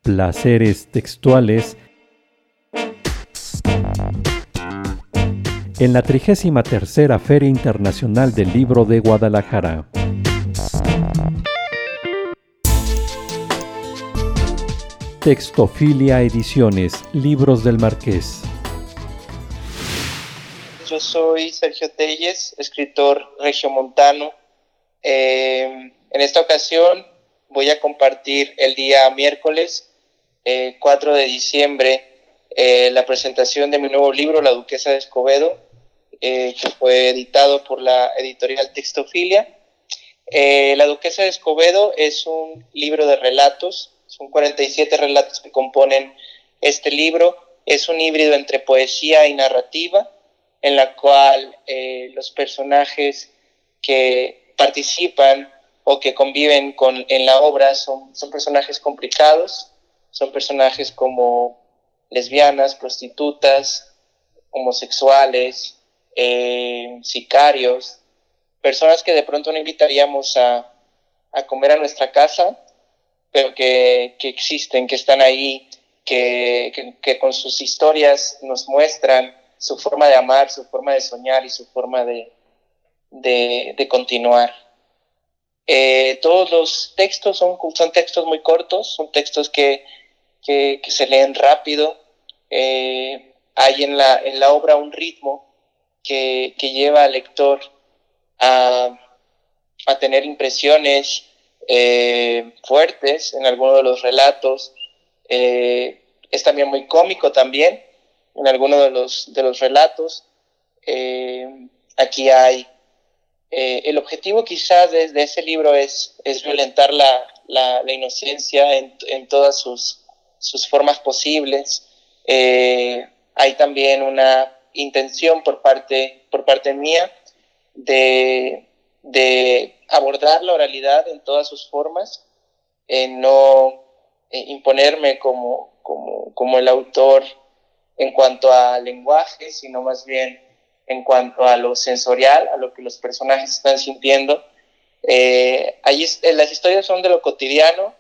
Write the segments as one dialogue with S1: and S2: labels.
S1: Placeres textuales en la 33ª Feria Internacional del Libro de Guadalajara. Textofilia Ediciones, Libros del Marqués.
S2: Yo soy Sergio Telles, escritor regiomontano. En esta ocasión voy a compartir el día miércoles 4 de diciembre la presentación de mi nuevo libro, La Duquesa de Escobedo, que fue editado por la editorial Textofilia. La Duquesa de Escobedo es un libro de relatos, son 47 relatos que componen este libro. Es un híbrido entre poesía y narrativa, en la cual los personajes que participan o que conviven en la obra son personajes complicados, son personajes como lesbianas, prostitutas, homosexuales, sicarios, personas que de pronto no invitaríamos a comer a nuestra casa, pero que existen, que están ahí, que con sus historias nos muestran su forma de amar, su forma de soñar y su forma de continuar. Todos los textos son textos muy cortos, son textos que se leen rápido. Hay en la obra un ritmo que lleva al lector a tener impresiones fuertes en algunos de los relatos. Es también muy cómico también en algunos de los relatos. Aquí hay el objetivo quizás de ese libro es violentar la inocencia en todas sus formas posibles. Hay también una intención por parte mía de abordar la oralidad en todas sus formas, no imponerme como el autor en cuanto a lenguaje, sino más bien en cuanto a lo sensorial, a lo que los personajes están sintiendo. Las historias son de lo cotidiano.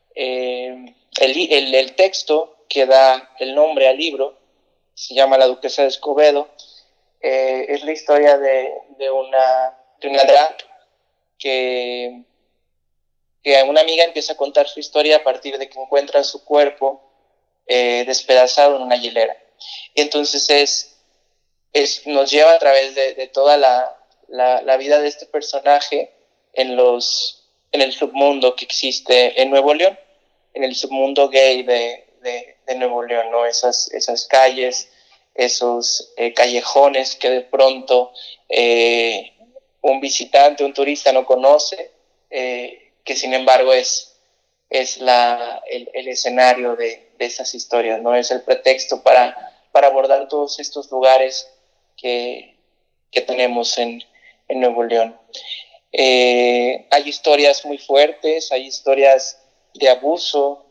S2: El texto que da el nombre al libro se llama La Duquesa de Escobedo. Es la historia de una drag que una amiga empieza a contar su historia a partir de que encuentra su cuerpo despedazado en una hielera. Y entonces nos lleva a través de toda la vida de este personaje en el submundo que existe en Nuevo León, en el submundo gay de Nuevo León, ¿no? Esas calles, esos callejones que de pronto un visitante, un turista no conoce, que sin embargo es el escenario de esas historias, ¿no? Es el pretexto para abordar todos estos lugares que tenemos en Nuevo León. Hay historias muy fuertes, hay historias de abuso,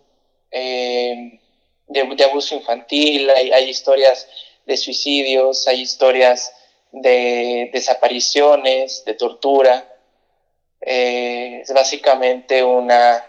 S2: de abuso infantil, hay historias de suicidios, hay historias de desapariciones, de tortura. Es básicamente un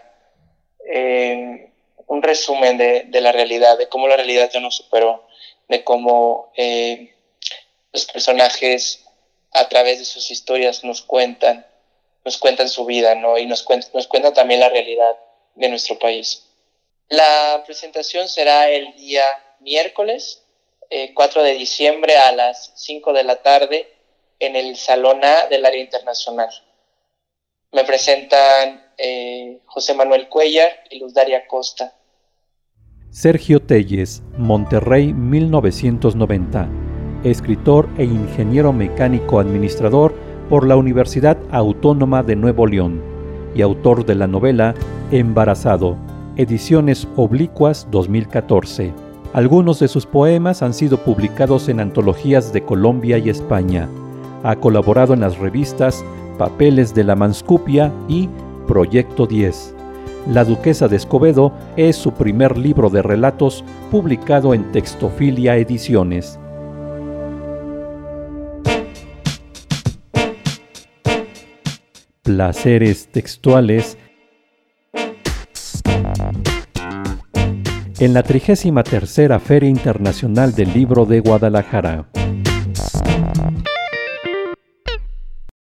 S2: resumen de la realidad, de cómo la realidad ya nos superó, de cómo los personajes a través de sus historias nos cuentan su vida, ¿no? Y nos cuentan también la realidad de nuestro país. La presentación será el día miércoles 4 de diciembre a las 5 de la tarde en el Salón A del Área Internacional. Me presentan José Manuel Cuellar y Luz Daria Costa.
S1: Sergio Telles, Monterrey, 1990. Escritor e ingeniero mecánico administrador por la Universidad Autónoma de Nuevo León y autor de la novela Embarazado, Ediciones Oblicuas 2014. Algunos de sus poemas han sido publicados en antologías de Colombia y España. Ha colaborado en las revistas Papeles de la Manscupia y Proyecto 10. La Duquesa de Escobedo es su primer libro de relatos publicado en Textofilia Ediciones. Placeres textuales en la 33ª Feria Internacional del Libro de Guadalajara.